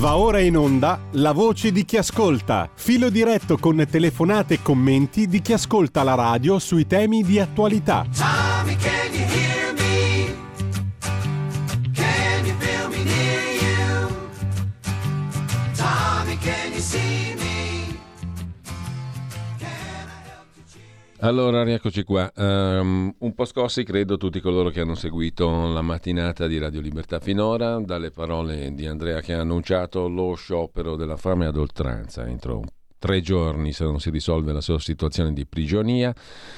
Va ora in onda La voce di chi ascolta, filo diretto con telefonate e commenti di chi ascolta la radio sui temi di attualità. Tommy, can you hear me? Can you feel me near you? Tommy, can you see me? Can I help you cheer? Allora, rieccoci qua. Un po' scossi, credo, tutti coloro che hanno seguito la mattinata di Radio Libertà finora, dalle parole di Andrea che ha annunciato lo sciopero della fame ad oltranza entro 3 giorni se non si risolve la sua situazione di prigionia.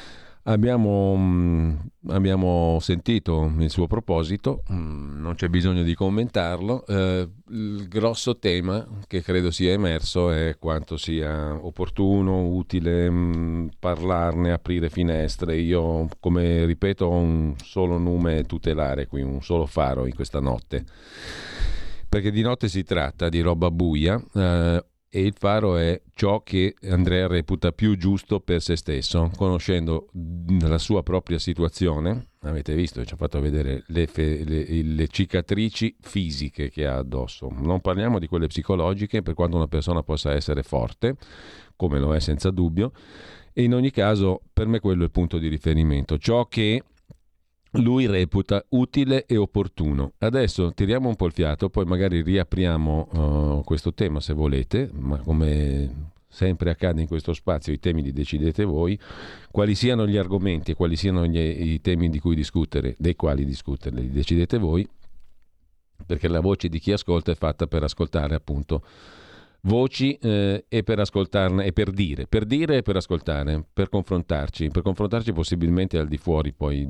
Abbiamo sentito il suo proposito, non c'è bisogno di commentarlo. Il grosso tema che credo sia emerso è quanto sia opportuno, utile parlarne, aprire finestre. Io, come ripeto, ho un solo nume tutelare qui, un solo faro in questa notte, perché di notte si tratta di roba buia. E il faro è ciò che Andrea reputa più giusto per se stesso, conoscendo la sua propria situazione. Avete visto, ci ha fatto vedere le cicatrici fisiche che ha addosso. Non parliamo di quelle psicologiche, per quanto una persona possa essere forte, come lo è senza dubbio, e in ogni caso per me quello è il punto di riferimento, ciò che lui reputa utile e opportuno. Adesso tiriamo un po' il fiato, poi magari riapriamo questo tema se volete, ma come sempre accade in questo spazio i temi li decidete voi, quali siano gli argomenti e quali siano i temi di cui discutere, dei quali discutere, li decidete voi, perché la voce di chi ascolta è fatta per ascoltare appunto voci e per ascoltarne e per dire e per ascoltare, per confrontarci possibilmente al di fuori poi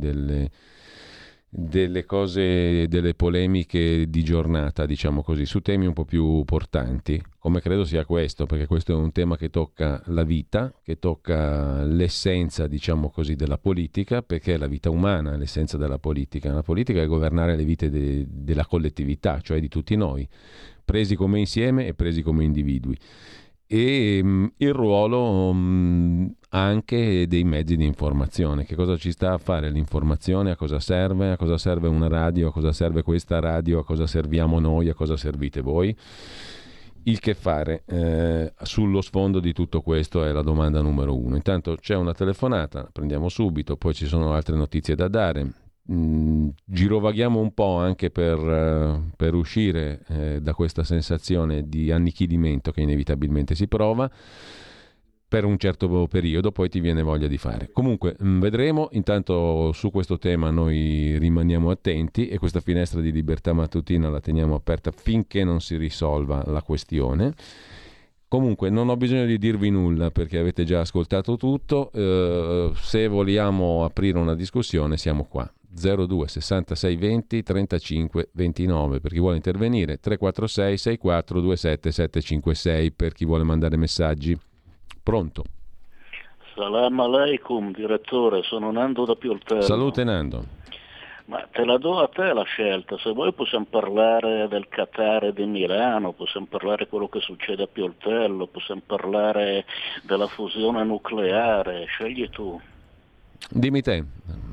delle cose, delle polemiche di giornata, diciamo così, su temi un po' più portanti, come credo sia questo, perché questo è un tema che tocca la vita, che tocca l'essenza, diciamo così, della politica, perché è la vita umana, l'essenza della politica. La politica è governare le vite della collettività, cioè di tutti noi, presi come insieme e presi come individui, e il ruolo anche dei mezzi di informazione. Che cosa ci sta a fare l'informazione, a cosa serve una radio, a cosa serve questa radio, a cosa serviamo noi, a cosa servite voi. Il che fare sullo sfondo di tutto questo è la domanda numero 1. Intanto c'è una telefonata, la prendiamo subito, poi ci sono altre notizie da dare. Girovaghiamo un po' anche per uscire da questa sensazione di annichilimento che inevitabilmente si prova per un certo periodo, poi ti viene voglia di fare. Comunque vedremo. Intanto su questo tema noi rimaniamo attenti e questa finestra di libertà mattutina la teniamo aperta finché non si risolva la questione. Comunque non ho bisogno di dirvi nulla perché avete già ascoltato tutto. Se vogliamo aprire una discussione siamo qua. 02 66 20 35 29 per chi vuole intervenire, 346 64 27 756 per chi vuole mandare messaggi. Pronto? Salam alaikum direttore, sono Nando da Pioltello. Salute Nando. Ma te la do a te la scelta, se vuoi possiamo parlare del Qatar e di Milano, possiamo parlare di quello che succede a Pioltello, possiamo parlare della fusione nucleare, scegli tu. Dimmi te.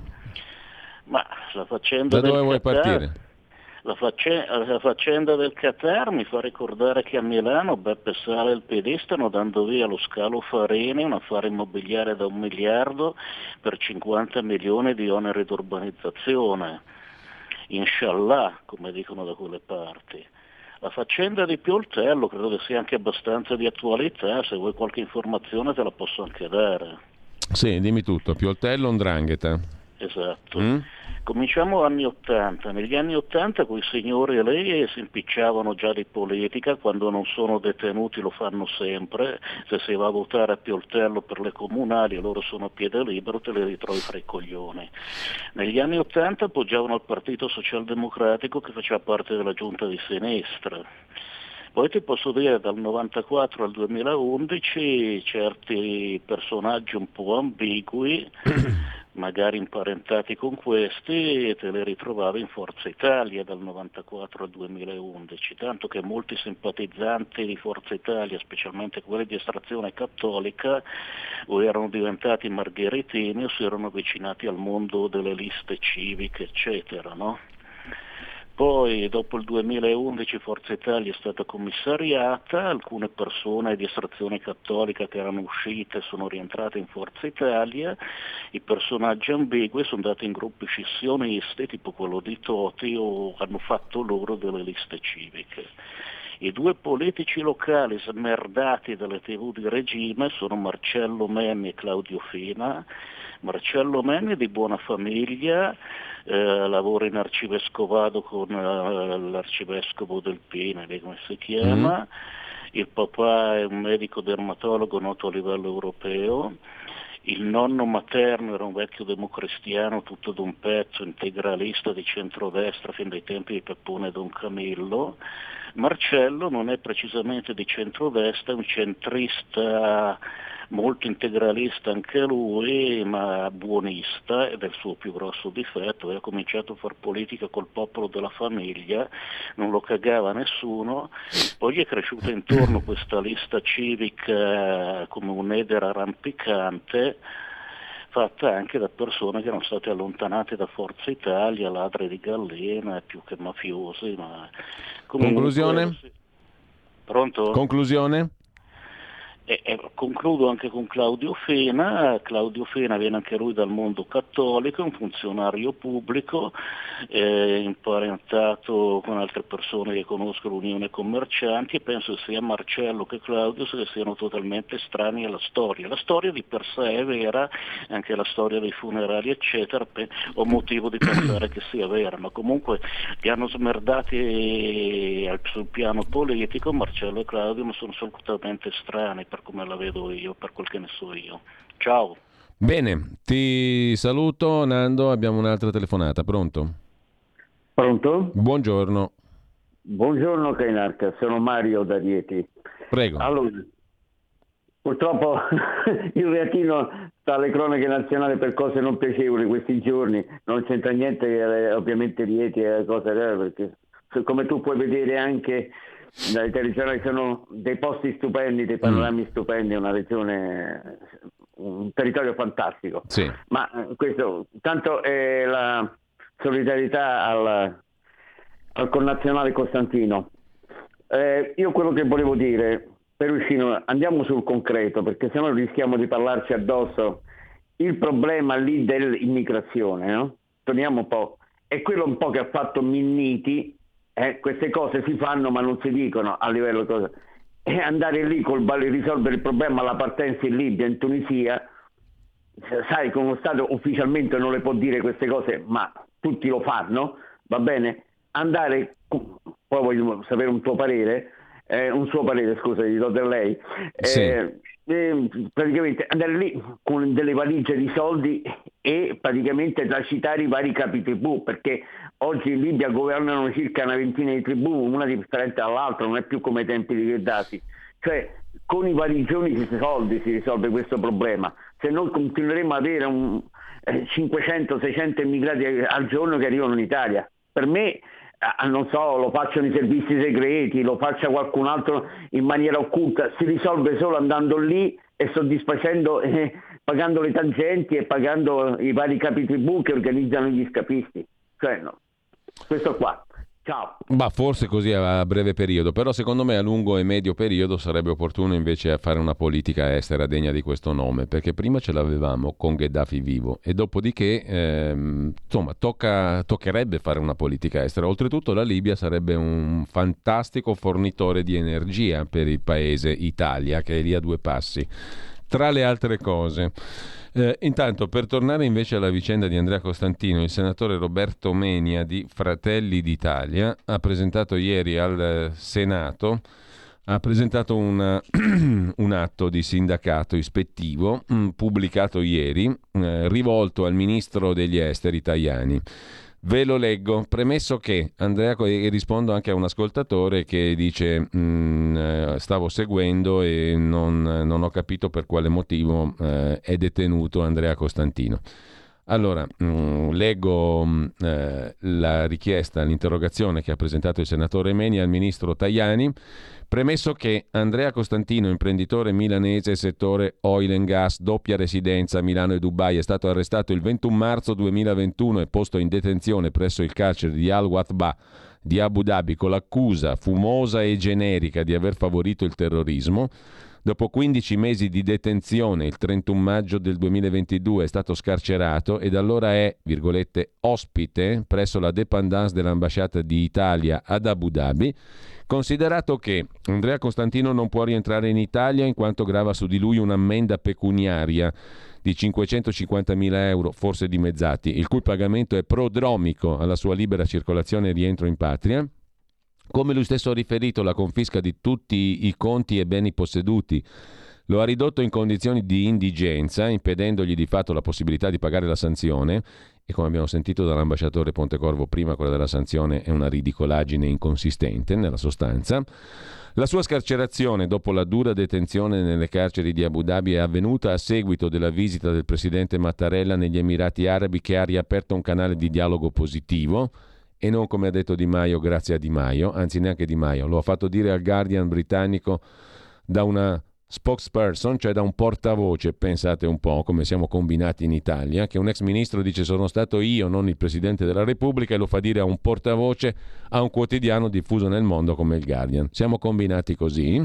Ma la faccenda da dove del vuoi Qatar, partire? la faccenda del Qatar mi fa ricordare che a Milano Beppe Sala e il PD stanno dando via lo scalo Farini, un affare immobiliare da 1 miliardo per 50 milioni di oneri d'urbanizzazione. Inshallah, come dicono da quelle parti. La faccenda di Pioltello credo che sia anche abbastanza di attualità, se vuoi qualche informazione te la posso anche dare. Sì, dimmi tutto. Pioltello, 'ndrangheta. Esatto. Cominciamo anni 80. Negli anni 80 quei signori lì si impicciavano già di politica, quando non sono detenuti lo fanno sempre. Se si va a votare a Pioltello per le comunali e loro sono a piede libero, te li ritrovi fra i coglioni. Negli anni 80 appoggiavano il Partito Socialdemocratico che faceva parte della giunta di sinistra. Poi ti posso dire dal 94 al 2011 certi personaggi un po' ambigui, magari imparentati con questi, te li ritrovavi in Forza Italia dal 94 al 2011, tanto che molti simpatizzanti di Forza Italia, specialmente quelli di estrazione cattolica, o erano diventati margheritini o si erano avvicinati al mondo delle liste civiche, eccetera, no? Poi dopo il 2011 Forza Italia è stata commissariata, alcune persone di estrazione cattolica che erano uscite sono rientrate in Forza Italia, i personaggi ambigui sono andati in gruppi scissionisti tipo quello di Toti o hanno fatto loro delle liste civiche. I due politici locali smerdati dalle TV di regime sono Marcello Menni e Claudio Fina. Marcello Menni di buona famiglia, lavora in arcivescovado con l'arcivescovo del Pina, come si chiama. Il papà è un medico dermatologo noto a livello europeo. Il nonno materno era un vecchio democristiano tutto d'un pezzo, integralista di centrodestra fin dai tempi di Peppone e Don Camillo. Marcello non è precisamente di centrodestra, è un centrista molto integralista anche lui, ma buonista, ed è il suo più grosso difetto. Ha cominciato a fare politica col popolo della famiglia, non lo cagava nessuno, poi gli è cresciuta intorno questa lista civica come un'edera rampicante, fatta anche da persone che erano state allontanate da Forza Italia, ladri di gallina, più che mafiosi. Ma comunque, conclusione? Pronto? Conclusione? Concludo anche con Claudio Fena. Claudio Fena viene anche lui dal mondo cattolico, è un funzionario pubblico, imparentato con altre persone che conosco l'Unione Commercianti, e penso che sia Marcello che Claudio siano totalmente estranei alla storia. La storia di per sé è vera, anche la storia dei funerali eccetera, ho motivo di pensare che sia vera, ma comunque li hanno smerdati sul piano politico. Marcello e Claudio ma sono assolutamente estranei per come la vedo io, per quel che ne so io. Ciao. Bene, ti saluto Nando, abbiamo un'altra telefonata, pronto? Pronto? Buongiorno. Buongiorno Cainarca, sono Mario da Rieti. Prego. Allora, purtroppo il Reatino sta alle cronache nazionali per cose non piacevoli questi giorni, non c'entra niente ovviamente Rieti è cose perché come tu puoi vedere anche dalle telegiornali sono dei posti stupendi, dei panorami stupendi, una regione, un territorio fantastico. Sì. Ma questo tanto è la solidarietà al connazionale Costantino. Io quello che volevo dire, per uscire, andiamo sul concreto, perché sennò rischiamo di parlarci addosso. Il problema lì dell'immigrazione, no? Torniamo un po', è quello un po' che ha fatto Minniti. Queste cose si fanno ma non si dicono a livello cosa. E andare lì risolvere il problema alla partenza in Libia, in Tunisia, sai, con uno Stato ufficialmente non le può dire queste cose, ma tutti lo fanno, va bene? Andare, poi voglio sapere un tuo parere, un suo parere, scusa, gli do da lei. Sì. Praticamente andare lì con delle valigie di soldi e praticamente tracitare i vari capi tribù, perché oggi in Libia governano circa una ventina di tribù, una differente dall'altra, non è più come ai tempi di Gheddafi. Cioè con i valigioni di soldi si risolve questo problema. Se noi continueremo ad avere 500-600 immigrati al giorno che arrivano in Italia, per me non so, lo facciano i servizi segreti, lo faccia qualcun altro in maniera occulta, si risolve solo andando lì e soddisfacendo, pagando le tangenti e pagando i vari capi tribù che organizzano gli scapisti. Cioè no, questo qua. Ciao. Ma forse così a breve periodo, però secondo me a lungo e medio periodo sarebbe opportuno invece fare una politica estera degna di questo nome, perché prima ce l'avevamo con Gheddafi vivo e dopodiché insomma toccherebbe fare una politica estera. Oltretutto la Libia sarebbe un fantastico fornitore di energia per il paese Italia, che è lì a due passi, tra le altre cose. Intanto, per tornare invece alla vicenda di Andrea Costantino, il senatore Roberto Menia di Fratelli d'Italia ha presentato ieri al Senato un atto di sindacato ispettivo pubblicato ieri, rivolto al ministro degli esteri Tajani. Ve lo leggo. Premesso che e rispondo anche a un ascoltatore che dice stavo seguendo e non ho capito per quale motivo è detenuto Andrea Costantino. Allora, leggo la richiesta, l'interrogazione che ha presentato il senatore Menia al ministro Tajani. Premesso che Andrea Costantino, imprenditore milanese, settore oil and gas, doppia residenza Milano e Dubai, è stato arrestato il 21 marzo 2021 e posto in detenzione presso il carcere di Al-Watba di Abu Dhabi con l'accusa fumosa e generica di aver favorito il terrorismo. Dopo 15 mesi di detenzione, il 31 maggio del 2022 è stato scarcerato e da allora è, virgolette, ospite presso la dépendance dell'ambasciata di Italia ad Abu Dhabi, considerato che Andrea Costantino non può rientrare in Italia in quanto grava su di lui un'ammenda pecuniaria di 550.000 euro, forse dimezzati, il cui pagamento è prodromico alla sua libera circolazione e rientro in patria. Come lui stesso ha riferito, la confisca di tutti i conti e beni posseduti lo ha ridotto in condizioni di indigenza, impedendogli di fatto la possibilità di pagare la sanzione, e come abbiamo sentito dall'ambasciatore Pontecorvo prima, quella della sanzione è una ridicolaggine inconsistente nella sostanza. La sua scarcerazione dopo la dura detenzione nelle carceri di Abu Dhabi è avvenuta a seguito della visita del presidente Mattarella negli Emirati Arabi, che ha riaperto un canale di dialogo positivo, e non, come ha detto Di Maio, grazie a Di Maio, anzi neanche Di Maio, lo ha fatto dire al Guardian britannico da una spokesperson, cioè da un portavoce, pensate un po' come siamo combinati in Italia, che un ex ministro dice sono stato io, non il Presidente della Repubblica, e lo fa dire a un portavoce a un quotidiano diffuso nel mondo come il Guardian. Siamo combinati così.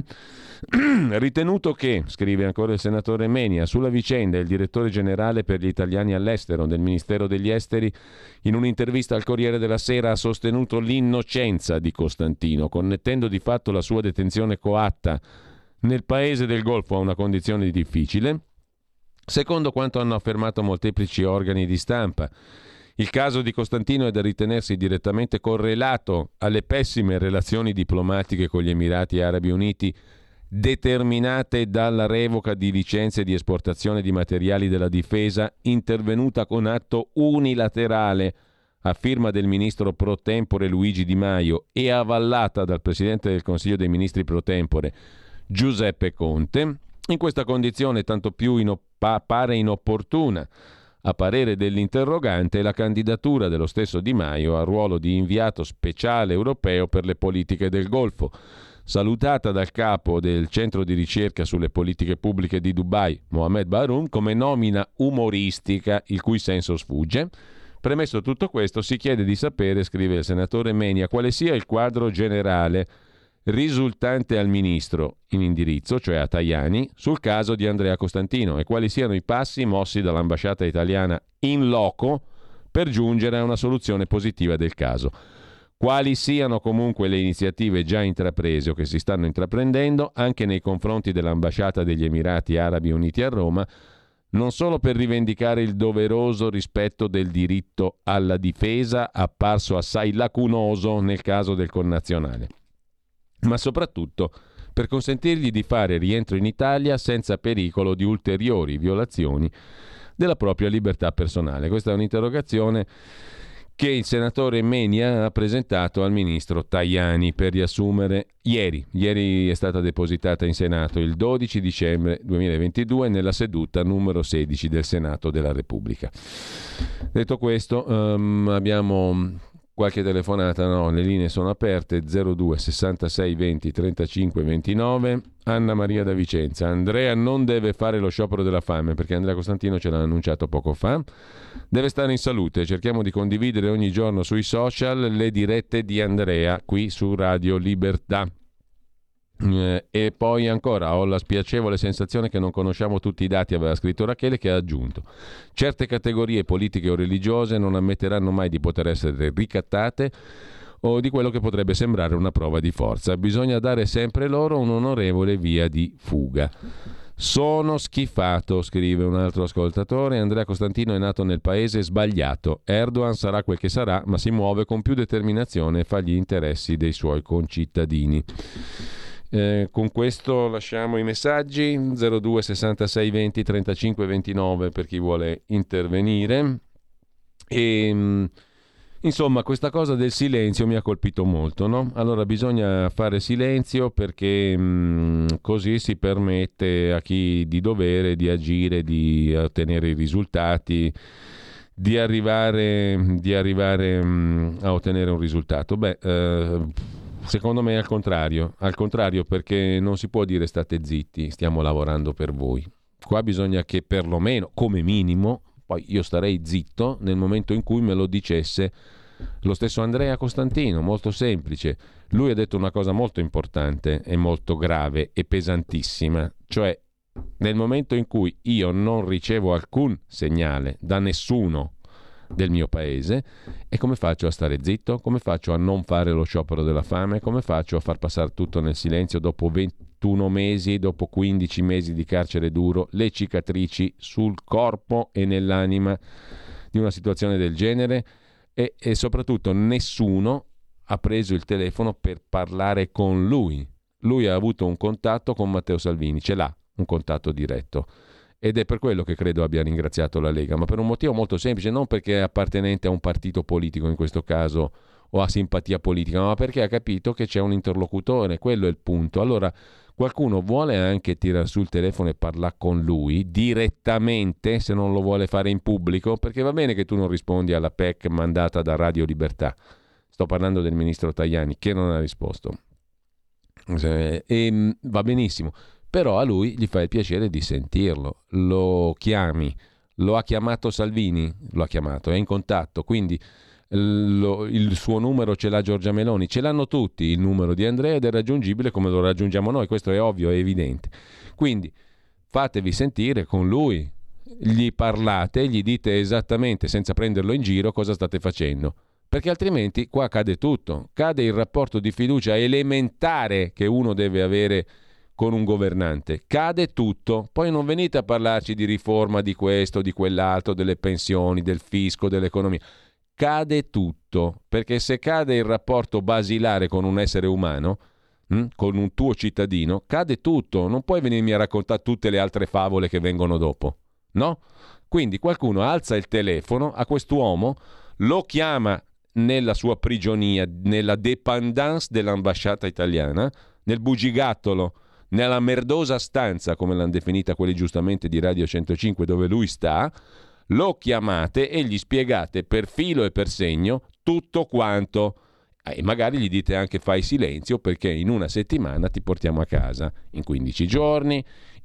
Ritenuto che, scrive ancora il senatore Menia, sulla vicenda il direttore generale per gli italiani all'estero del Ministero degli Esteri in un'intervista al Corriere della Sera ha sostenuto l'innocenza di Costantino, connettendo di fatto la sua detenzione coatta nel paese del Golfo a una condizione difficile. Secondo quanto hanno affermato molteplici organi di stampa, il caso di Costantino è da ritenersi direttamente correlato alle pessime relazioni diplomatiche con gli Emirati Arabi Uniti, determinate dalla revoca di licenze di esportazione di materiali della difesa intervenuta con atto unilaterale a firma del ministro pro tempore Luigi Di Maio e avallata dal Presidente del Consiglio dei Ministri pro tempore Giuseppe Conte. In questa condizione tanto più pare inopportuna, a parere dell'interrogante, la candidatura dello stesso Di Maio al ruolo di inviato speciale europeo per le politiche del Golfo, salutata dal capo del centro di ricerca sulle politiche pubbliche di Dubai, Mohamed Baroum, come nomina umoristica il cui senso sfugge. Premesso tutto questo, si chiede di sapere, scrive il senatore Menia, quale sia il quadro generale risultante al ministro in indirizzo, cioè a Tajani, sul caso di Andrea Costantino, e quali siano i passi mossi dall'ambasciata italiana in loco per giungere a una soluzione positiva del caso. Quali siano comunque le iniziative già intraprese o che si stanno intraprendendo anche nei confronti dell'ambasciata degli Emirati Arabi Uniti a Roma, non solo per rivendicare il doveroso rispetto del diritto alla difesa, apparso assai lacunoso nel caso del connazionale, ma soprattutto per consentirgli di fare rientro in Italia senza pericolo di ulteriori violazioni della propria libertà personale. Questa è un'interrogazione che il senatore Menia ha presentato al ministro Tajani per riassumere ieri. Ieri è stata depositata in Senato il 12 dicembre 2022 nella seduta numero 16 del Senato della Repubblica. Detto questo, abbiamo qualche telefonata, no, le linee sono aperte, 02 66 20 35 29. Anna Maria da Vicenza: Andrea non deve fare lo sciopero della fame perché Andrea Costantino ce l'ha annunciato poco fa, deve stare in salute. Cerchiamo di condividere ogni giorno sui social le dirette di Andrea qui su Radio Libertà. E poi ancora ho la spiacevole sensazione che non conosciamo tutti i dati, aveva scritto Rachele, che ha aggiunto: certe categorie politiche o religiose non ammetteranno mai di poter essere ricattate o di quello che potrebbe sembrare una prova di forza. Bisogna dare sempre loro un'onorevole via di fuga. Sono schifato, scrive un altro ascoltatore. Andrea Costantino è nato nel paese sbagliato. Erdogan sarà quel che sarà, ma si muove con più determinazione e fa gli interessi dei suoi concittadini. Con questo lasciamo i messaggi 02 66 20 35 29 per chi vuole intervenire. E insomma, questa cosa del silenzio mi ha colpito molto, no? Allora bisogna fare silenzio perché così si permette a chi di dovere di agire, di ottenere i risultati, di arrivare a ottenere un risultato. Secondo me è al contrario, perché non si può dire state zitti, stiamo lavorando per voi. Qua bisogna che perlomeno, come minimo, poi io starei zitto nel momento in cui me lo dicesse Lo stesso Andrea Costantino, molto semplice. Lui ha detto una cosa molto importante e molto grave e pesantissima, cioè nel momento in cui io non ricevo alcun segnale da nessuno del mio paese, e come faccio a stare zitto? Come faccio a non fare lo sciopero della fame? Come faccio a far passare tutto nel silenzio dopo 21 mesi, dopo 15 mesi di carcere duro, le cicatrici sul corpo e nell'anima di una situazione del genere? E soprattutto nessuno ha preso il telefono per parlare con lui. Lui ha avuto un contatto con Matteo Salvini, ce l'ha un contatto diretto, ed è per quello che credo abbia ringraziato la Lega, ma per un motivo molto semplice, non perché è appartenente a un partito politico in questo caso o ha simpatia politica, ma perché ha capito che c'è un interlocutore, quello è il punto. Allora qualcuno vuole anche tirare sul telefono e parlare con lui direttamente, se non lo vuole fare in pubblico, perché va bene che tu non rispondi alla PEC mandata da Radio Libertà, sto parlando del ministro Tajani che non ha risposto, e va benissimo, però a lui gli fa il piacere di sentirlo, lo chiami, lo ha chiamato Salvini, lo ha chiamato, è in contatto, quindi il suo numero ce l'ha Giorgia Meloni, ce l'hanno tutti il numero di Andrea ed è raggiungibile come lo raggiungiamo noi, questo è ovvio, è evidente. Quindi fatevi sentire con lui, gli parlate, gli dite esattamente, senza prenderlo in giro, cosa state facendo, perché altrimenti qua cade tutto, cade il rapporto di fiducia elementare che uno deve avere con un governante, cade tutto. Poi non venite a parlarci di riforma di questo, di quell'altro, delle pensioni, del fisco, dell'economia. Cade tutto, perché se cade il rapporto basilare con un essere umano, con un tuo cittadino, cade tutto. Non puoi venirmi a raccontare tutte le altre favole che vengono dopo, no? Quindi qualcuno alza il telefono a quest'uomo, lo chiama nella sua prigionia, nella dépendance dell'ambasciata italiana, nel bugigattolo, nella merdosa stanza, come l'hanno definita quelli giustamente di Radio 105, dove lui sta, lo chiamate e gli spiegate per filo e per segno tutto quanto. E magari gli dite anche fai silenzio, perché in una settimana ti portiamo a casa, in 15 giorni,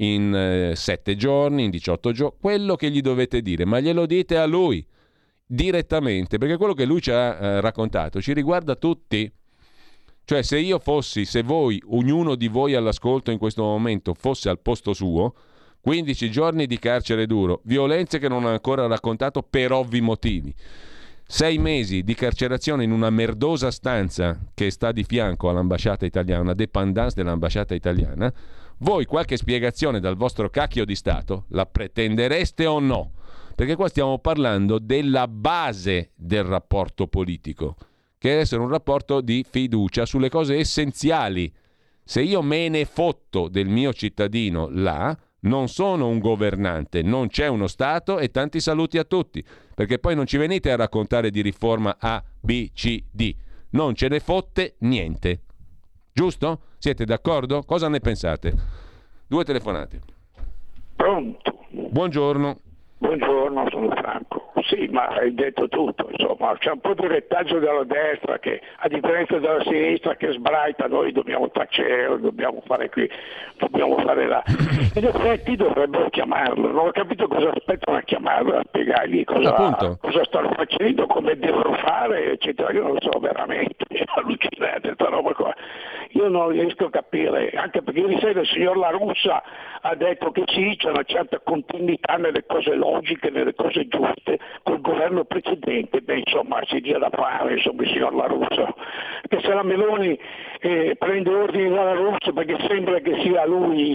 in 7 giorni, in 18 giorni, quello che gli dovete dire, ma glielo dite a lui direttamente, perché quello che lui ci ha raccontato ci riguarda tutti. Cioè se voi, ognuno di voi all'ascolto in questo momento fosse al posto suo, 15 giorni di carcere duro, violenze che non ho ancora raccontato per ovvi motivi, 6 mesi di carcerazione in una merdosa stanza che sta di fianco all'ambasciata italiana, una dépendance dell'ambasciata italiana, voi qualche spiegazione dal vostro cacchio di Stato la pretendereste o no? Perché qua stiamo parlando della base del rapporto politico, che deve essere un rapporto di fiducia sulle cose essenziali. Se io me ne fotto del mio cittadino là, non sono un governante, non c'è uno Stato e tanti saluti a tutti, perché poi non ci venite a raccontare di riforma A, B, C, D. Non ce ne fotte niente. Giusto? Siete d'accordo? Cosa ne pensate? 2 telefonate. Pronto? Buongiorno. Buongiorno, sono Franco. Sì, ma hai detto tutto, insomma, c'è un po' di retaggio della destra che, a differenza della sinistra che sbraita, noi dobbiamo tacere, dobbiamo fare qui, dobbiamo fare là. In effetti dovrebbero chiamarlo, non ho capito cosa aspettano a chiamarlo, a spiegargli cosa stanno facendo, come devono fare, eccetera. Io non lo so veramente, è allucinante questa roba qua. Io non riesco a capire, anche perché ieri sera il signor La Russa ha detto che sì, c'è una certa continuità nelle cose logiche, nelle cose giuste, col governo precedente. Beh, insomma, si dia da fare, insomma, il signor La Russa. Che se la Meloni prende ordini dalla Russa, perché sembra che sia lui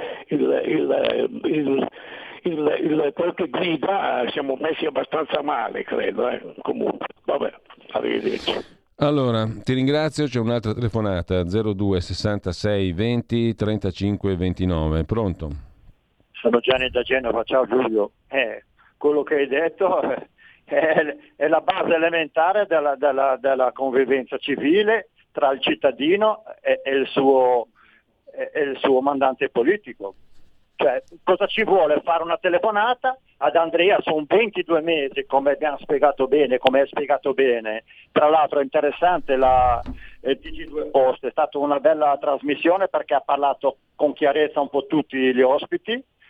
quello che guida, siamo messi abbastanza male, credo. Comunque, vabbè, arrivederci. Allora, ti ringrazio, c'è un'altra telefonata, 02 66 20 35 29, pronto? Sono Gianni da Genova, ciao Giulio. Quello che hai detto è la base elementare della convivenza civile tra il cittadino e il suo mandante politico. Cioè, cosa ci vuole? Fare una telefonata ad Andrea? Sono 22 mesi, come abbiamo spiegato bene, come hai spiegato bene. Tra l'altro è interessante la TG2 Post, è stata una bella trasmissione perché ha parlato con chiarezza un po' tutti gli ospiti.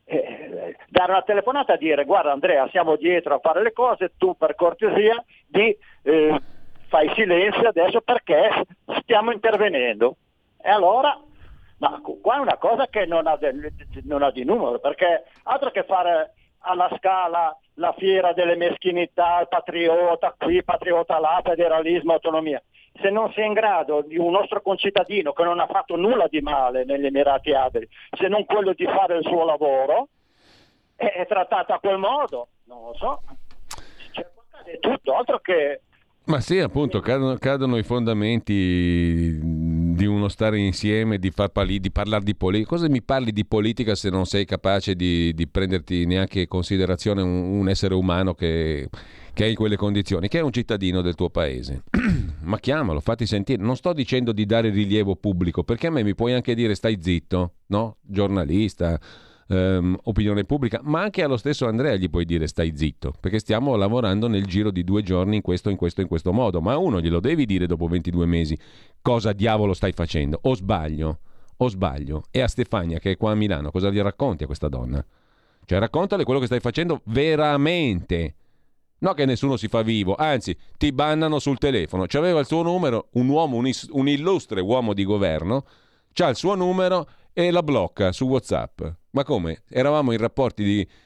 dare una telefonata a dire: guarda Andrea, siamo dietro a fare le cose, tu per cortesia fai silenzio adesso perché stiamo intervenendo. E allora, ma qua è una cosa che non ha di numero, perché altro che fare alla Scala la fiera delle meschinità, il patriota qui, patriota là, federalismo, autonomia. Se non si è in grado di un nostro concittadino che non ha fatto nulla di male negli Emirati Arabi, se non quello di fare il suo lavoro, è trattato a quel modo, non lo so. C'è qualcosa di tutto, altro che... Ma sì, appunto, cadono i fondamenti di uno stare insieme, di parlare di politica. Cosa mi parli di politica se non sei capace di prenderti neanche in considerazione un essere umano che è in quelle condizioni, che è un cittadino del tuo paese? Ma chiamalo, fatti sentire. Non sto dicendo di dare rilievo pubblico, perché a me mi puoi anche dire stai zitto, no? Giornalista, opinione pubblica, ma anche allo stesso Andrea gli puoi dire stai zitto, perché stiamo lavorando nel giro di 2 giorni in questo modo, ma a uno glielo devi dire dopo 22 mesi cosa diavolo stai facendo, o sbaglio, e a Stefania che è qua a Milano cosa gli racconti a questa donna? Cioè raccontale quello che stai facendo veramente, no che nessuno si fa vivo, anzi ti bannano sul telefono. C'aveva il suo numero un uomo, un illustre uomo di governo, c'ha il suo numero e la blocca su WhatsApp. Ma come? Eravamo in rapporti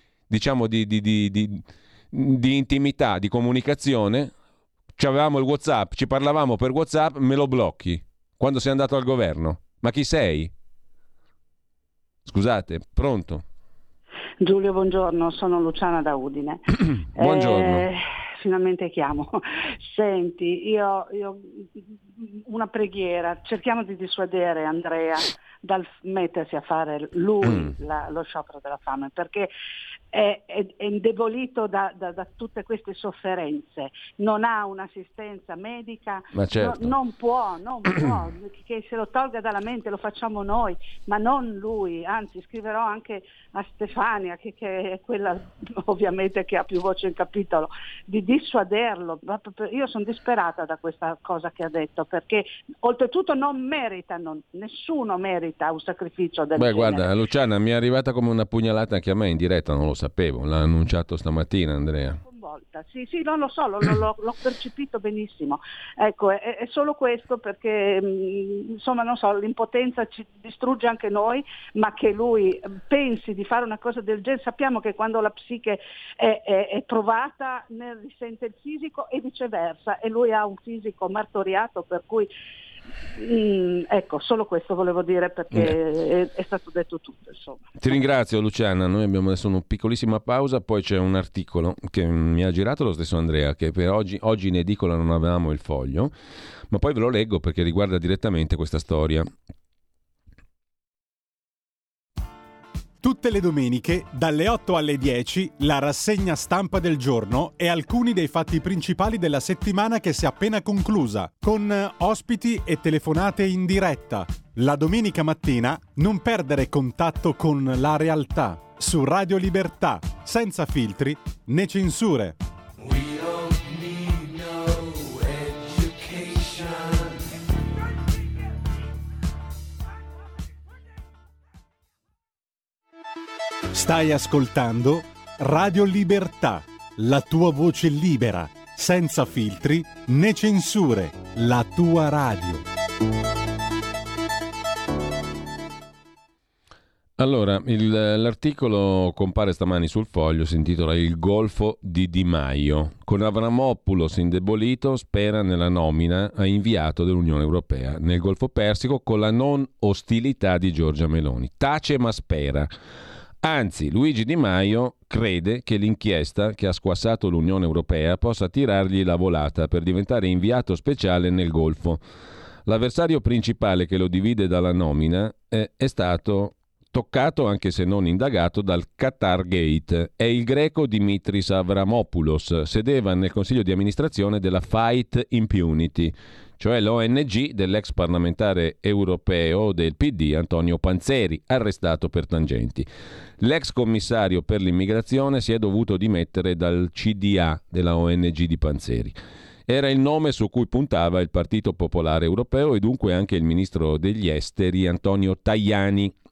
di intimità, di comunicazione, c'avevamo il WhatsApp, ci parlavamo per WhatsApp, me lo blocchi quando sei andato al governo. Ma chi sei? Scusate, pronto? Giulio, buongiorno, sono Luciana da Udine. Buongiorno. Finalmente chiamo. Senti, io una preghiera, cerchiamo di dissuadere Andrea dal mettersi a fare lui lo sciopero della fame, perché è indebolito da tutte queste sofferenze, non ha un'assistenza medica, ma certo. non può, che se lo tolga dalla mente, lo facciamo noi, ma non lui. Anzi, scriverò anche a Stefania, che è quella ovviamente che ha più voce in capitolo, di dissuaderlo. Io sono disperata da questa cosa che ha detto, perché oltretutto non meritano, nessuno merita un sacrificio del genere. Guarda, Luciana, mi è arrivata come una pugnalata anche a me in diretta, non lo sapevo, l'ha annunciato stamattina Andrea. Sì, non lo so, l'ho percepito benissimo. Ecco, è solo questo, perché insomma non so, l'impotenza ci distrugge anche noi, ma che lui pensi di fare una cosa del genere, sappiamo che quando la psiche è provata ne risente il fisico e viceversa, e lui ha un fisico martoriato, per cui ecco, solo questo volevo dire, perché è stato detto tutto, insomma. Ti ringrazio Luciana, noi abbiamo adesso una piccolissima pausa, poi c'è un articolo che mi ha girato lo stesso Andrea, che per oggi in edicola non avevamo il foglio, ma poi ve lo leggo perché riguarda direttamente questa storia. Tutte le domeniche, dalle 8 alle 10, la rassegna stampa del giorno e alcuni dei fatti principali della settimana che si è appena conclusa, con ospiti e telefonate in diretta. La domenica mattina non perdere contatto con la realtà, su Radio Libertà, senza filtri né censure. Stai ascoltando Radio Libertà, la tua voce libera, senza filtri né censure, la tua radio. Allora, l'articolo compare stamani sul Foglio, si intitola Il Golfo di Di Maio. Con Avramopoulos indebolito, spera nella nomina a inviato dell'Unione Europea nel Golfo Persico con la non ostilità di Giorgia Meloni. Tace ma spera. Anzi, Luigi Di Maio crede che l'inchiesta che ha squassato l'Unione Europea possa tirargli la volata per diventare inviato speciale nel Golfo. L'avversario principale che lo divide dalla nomina è stato toccato, anche se non indagato, dal Qatar Gate. È il greco Dimitris Avramopoulos, sedeva nel consiglio di amministrazione della Fight Impunity, cioè l'ONG dell'ex parlamentare europeo del PD Antonio Panzeri, arrestato per tangenti. L'ex commissario per l'immigrazione si è dovuto dimettere dal CDA della ONG di Panzeri. Era il nome su cui puntava il Partito Popolare Europeo e dunque anche il ministro degli esteri Antonio Tajani.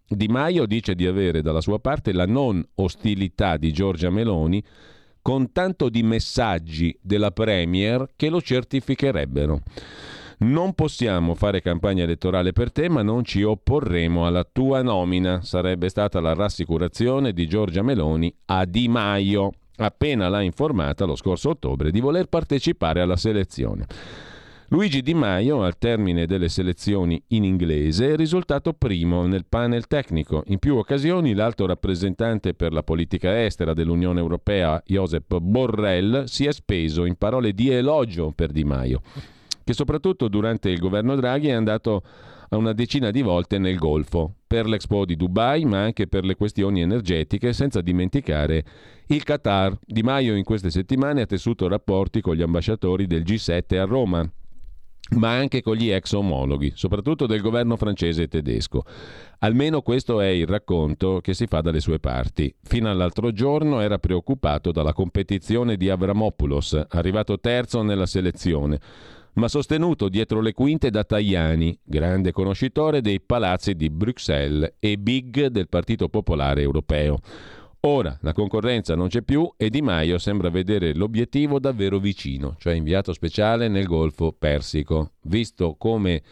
Di Maio dice di avere dalla sua parte la non ostilità di Giorgia Meloni, con tanto di messaggi della Premier che lo certificherebbero. Non possiamo fare campagna elettorale per te, ma non ci opporremo alla tua nomina, sarebbe stata la rassicurazione di Giorgia Meloni a Di Maio, appena l'ha informata lo scorso ottobre di voler partecipare alla selezione. Luigi Di Maio, al termine delle selezioni in inglese, è risultato primo nel panel tecnico. In più occasioni l'alto rappresentante per la politica estera dell'Unione Europea, Josep Borrell, si è speso in parole di elogio per Di Maio, che soprattutto durante il governo Draghi è andato a una decina di volte nel Golfo, per l'Expo di Dubai, ma anche per le questioni energetiche, senza dimenticare il Qatar. Di Maio in queste settimane ha tessuto rapporti con gli ambasciatori del G7 a Roma, ma anche con gli ex omologhi, soprattutto del governo francese e tedesco. Almeno questo è il racconto che si fa dalle sue parti. Fino all'altro giorno era preoccupato dalla competizione di Avramopoulos, arrivato terzo nella selezione, ma sostenuto dietro le quinte da Tajani, grande conoscitore dei palazzi di Bruxelles e big del Partito Popolare Europeo. Ora la concorrenza non c'è più e Di Maio sembra vedere l'obiettivo davvero vicino, cioè inviato speciale nel Golfo Persico, visto come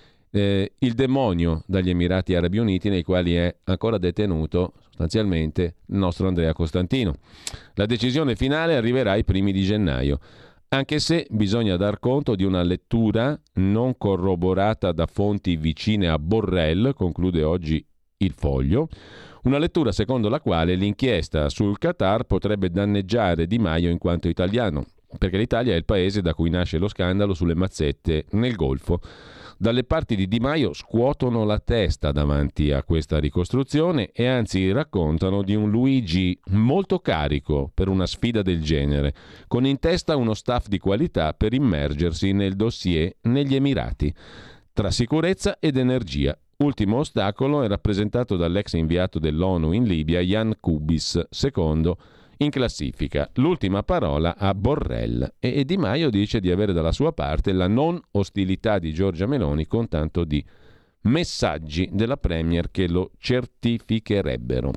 il demonio dagli Emirati Arabi Uniti, nei quali è ancora detenuto sostanzialmente il nostro Andrea Costantino. La decisione finale arriverà ai primi di gennaio, anche se bisogna dar conto di una lettura non corroborata da fonti vicine a Borrell, conclude oggi il Foglio. Una lettura secondo la quale l'inchiesta sul Qatar potrebbe danneggiare Di Maio in quanto italiano, perché l'Italia è il paese da cui nasce lo scandalo sulle mazzette nel Golfo. Dalle parti di Di Maio scuotono la testa davanti a questa ricostruzione e anzi raccontano di un Luigi molto carico per una sfida del genere, con in testa uno staff di qualità per immergersi nel dossier negli Emirati, tra sicurezza ed energia. Ultimo ostacolo è rappresentato dall'ex inviato dell'ONU in Libia, Jan Kubis, secondo in classifica. L'ultima parola a Borrell e Di Maio dice di avere dalla sua parte la non ostilità di Giorgia Meloni, con tanto di messaggi della Premier che lo certificherebbero.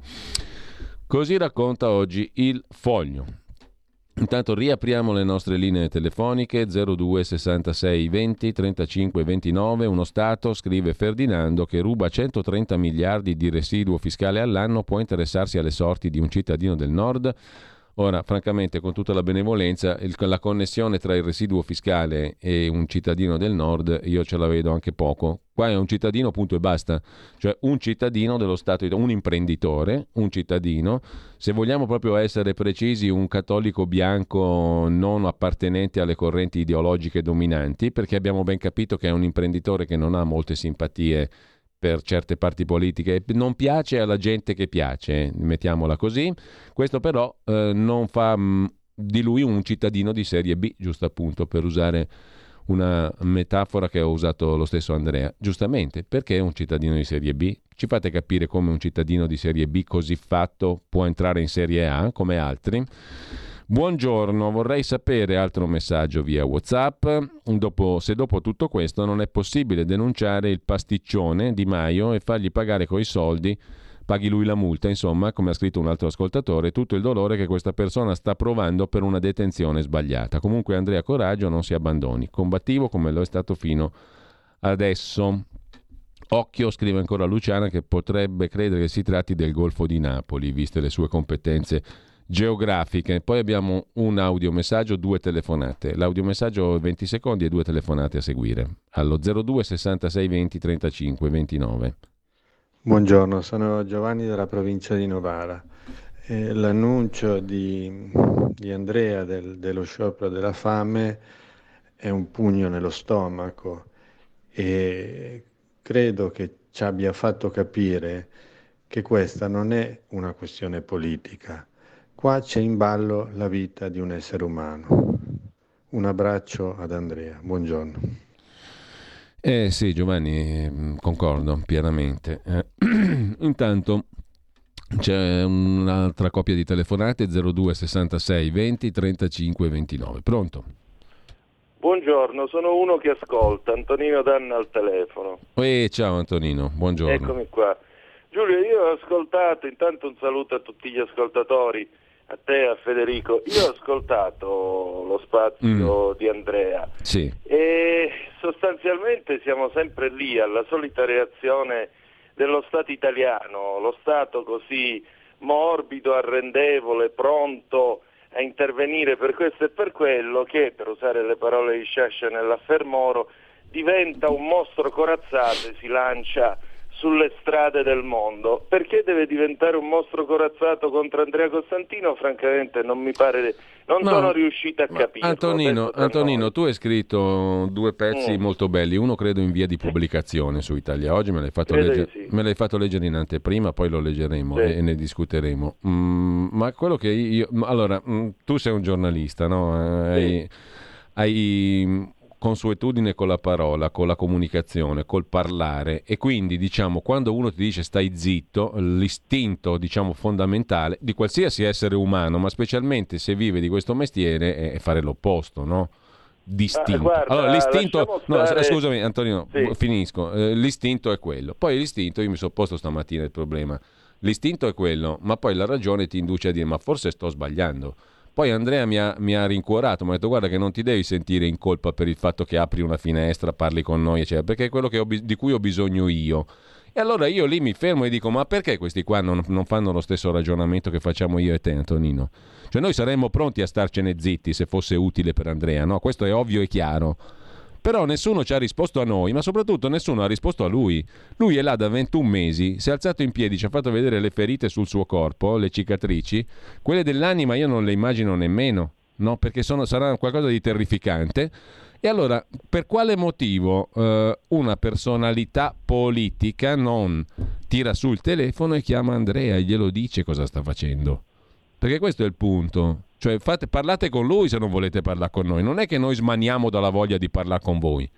Così racconta oggi il Foglio. Intanto riapriamo le nostre linee telefoniche 02 66 20 35 29. Uno Stato, scrive Ferdinando, che ruba 130 miliardi di residuo fiscale all'anno può interessarsi alle sorti di un cittadino del Nord? Ora, francamente, con tutta la benevolenza, la connessione tra il residuo fiscale e un cittadino del Nord io ce la vedo anche poco. Qua è un cittadino, punto e basta, cioè un cittadino dello Stato, un imprenditore, un cittadino, se vogliamo proprio essere precisi, un cattolico bianco non appartenente alle correnti ideologiche dominanti, perché abbiamo ben capito che è un imprenditore che non ha molte simpatie per certe parti politiche, non piace alla gente che piace, mettiamola così. Questo però non fa di lui un cittadino di serie B, giusto appunto, per usare una metafora che ha usato lo stesso Andrea. Giustamente, perché è un cittadino di serie B? Ci fate capire come un cittadino di serie B così fatto può entrare in serie A come altri? Buongiorno, vorrei sapere, altro messaggio via WhatsApp, se dopo tutto questo non è possibile denunciare il pasticcione Di Maio e fargli pagare coi soldi, paghi lui la multa, insomma, come ha scritto un altro ascoltatore, tutto il dolore che questa persona sta provando per una detenzione sbagliata. Comunque Andrea, coraggio, non si abbandoni, combattivo come lo è stato fino adesso. Occhio, scrive ancora Luciana, che potrebbe credere che si tratti del Golfo di Napoli, viste le sue competenze geografiche. Poi abbiamo un audiomessaggio, 2 telefonate. L'audiomessaggio 20 secondi e 2 telefonate a seguire allo 02 66 20 35 29. Buongiorno, sono Giovanni della provincia di Novara. L'annuncio di Andrea dello sciopero della fame è un pugno nello stomaco e credo che ci abbia fatto capire che questa non è una questione politica. Qua c'è in ballo la vita di un essere umano. Un abbraccio ad Andrea, buongiorno. Sì, Giovanni, concordo pienamente. Intanto c'è un'altra coppia di telefonate, 02 66 20 35 29. Pronto? Buongiorno, sono uno che ascolta, Antonino Danna al telefono. Ciao Antonino, buongiorno. Eccomi qua. Giulio, io ho ascoltato, intanto un saluto a tutti gli ascoltatori, a te, a Federico. Io ho ascoltato lo spazio di Andrea Sì. e sostanzialmente siamo sempre lì alla solita reazione dello Stato italiano, lo Stato così morbido, arrendevole, pronto a intervenire per questo e per quello, che, per usare le parole di Sciascia nell'affer Moro, diventa un mostro corazzato e si lancia sulle strade del mondo. Perché deve diventare un mostro corazzato contro Andrea Costantino? Francamente non mi pare, sono riuscito a capire. Antonino, tu hai scritto 2 pezzi molto belli, uno credo in via di pubblicazione su Italia Oggi, me l'hai fatto leggere in anteprima, poi lo leggeremo e ne discuteremo. Ma quello che allora, tu sei un giornalista, no? Hai consuetudine con la parola, con la comunicazione, col parlare, e quindi diciamo quando uno ti dice stai zitto, l'istinto diciamo fondamentale di qualsiasi essere umano, ma specialmente se vive di questo mestiere, è fare l'opposto, no? Distinto. Guarda, allora l'istinto, scusami Antonino, finisco, l'istinto è quello, poi l'istinto, io mi sono posto stamattina il problema, l'istinto è quello, ma poi la ragione ti induce a dire ma forse sto sbagliando. Poi Andrea mi ha rincuorato, mi ha detto guarda che non ti devi sentire in colpa per il fatto che apri una finestra, parli con noi, eccetera, perché è quello di cui ho bisogno io. E allora io lì mi fermo e dico ma perché questi qua non fanno lo stesso ragionamento che facciamo io e te, Antonino? Cioè noi saremmo pronti a starcene zitti se fosse utile per Andrea, no? Questo è ovvio e chiaro. Però nessuno ci ha risposto a noi, ma soprattutto nessuno ha risposto a lui. Lui è là da 21 mesi, si è alzato in piedi, ci ha fatto vedere le ferite sul suo corpo, le cicatrici. Quelle dell'anima io non le immagino nemmeno, no? Perché sarà qualcosa di terrificante. E allora, per quale motivo una personalità politica non tira su il telefono e chiama Andrea e glielo dice cosa sta facendo? Perché questo è il punto. Cioè parlate con lui se non volete parlare con noi. Non è che noi smaniamo dalla voglia di parlare con voi.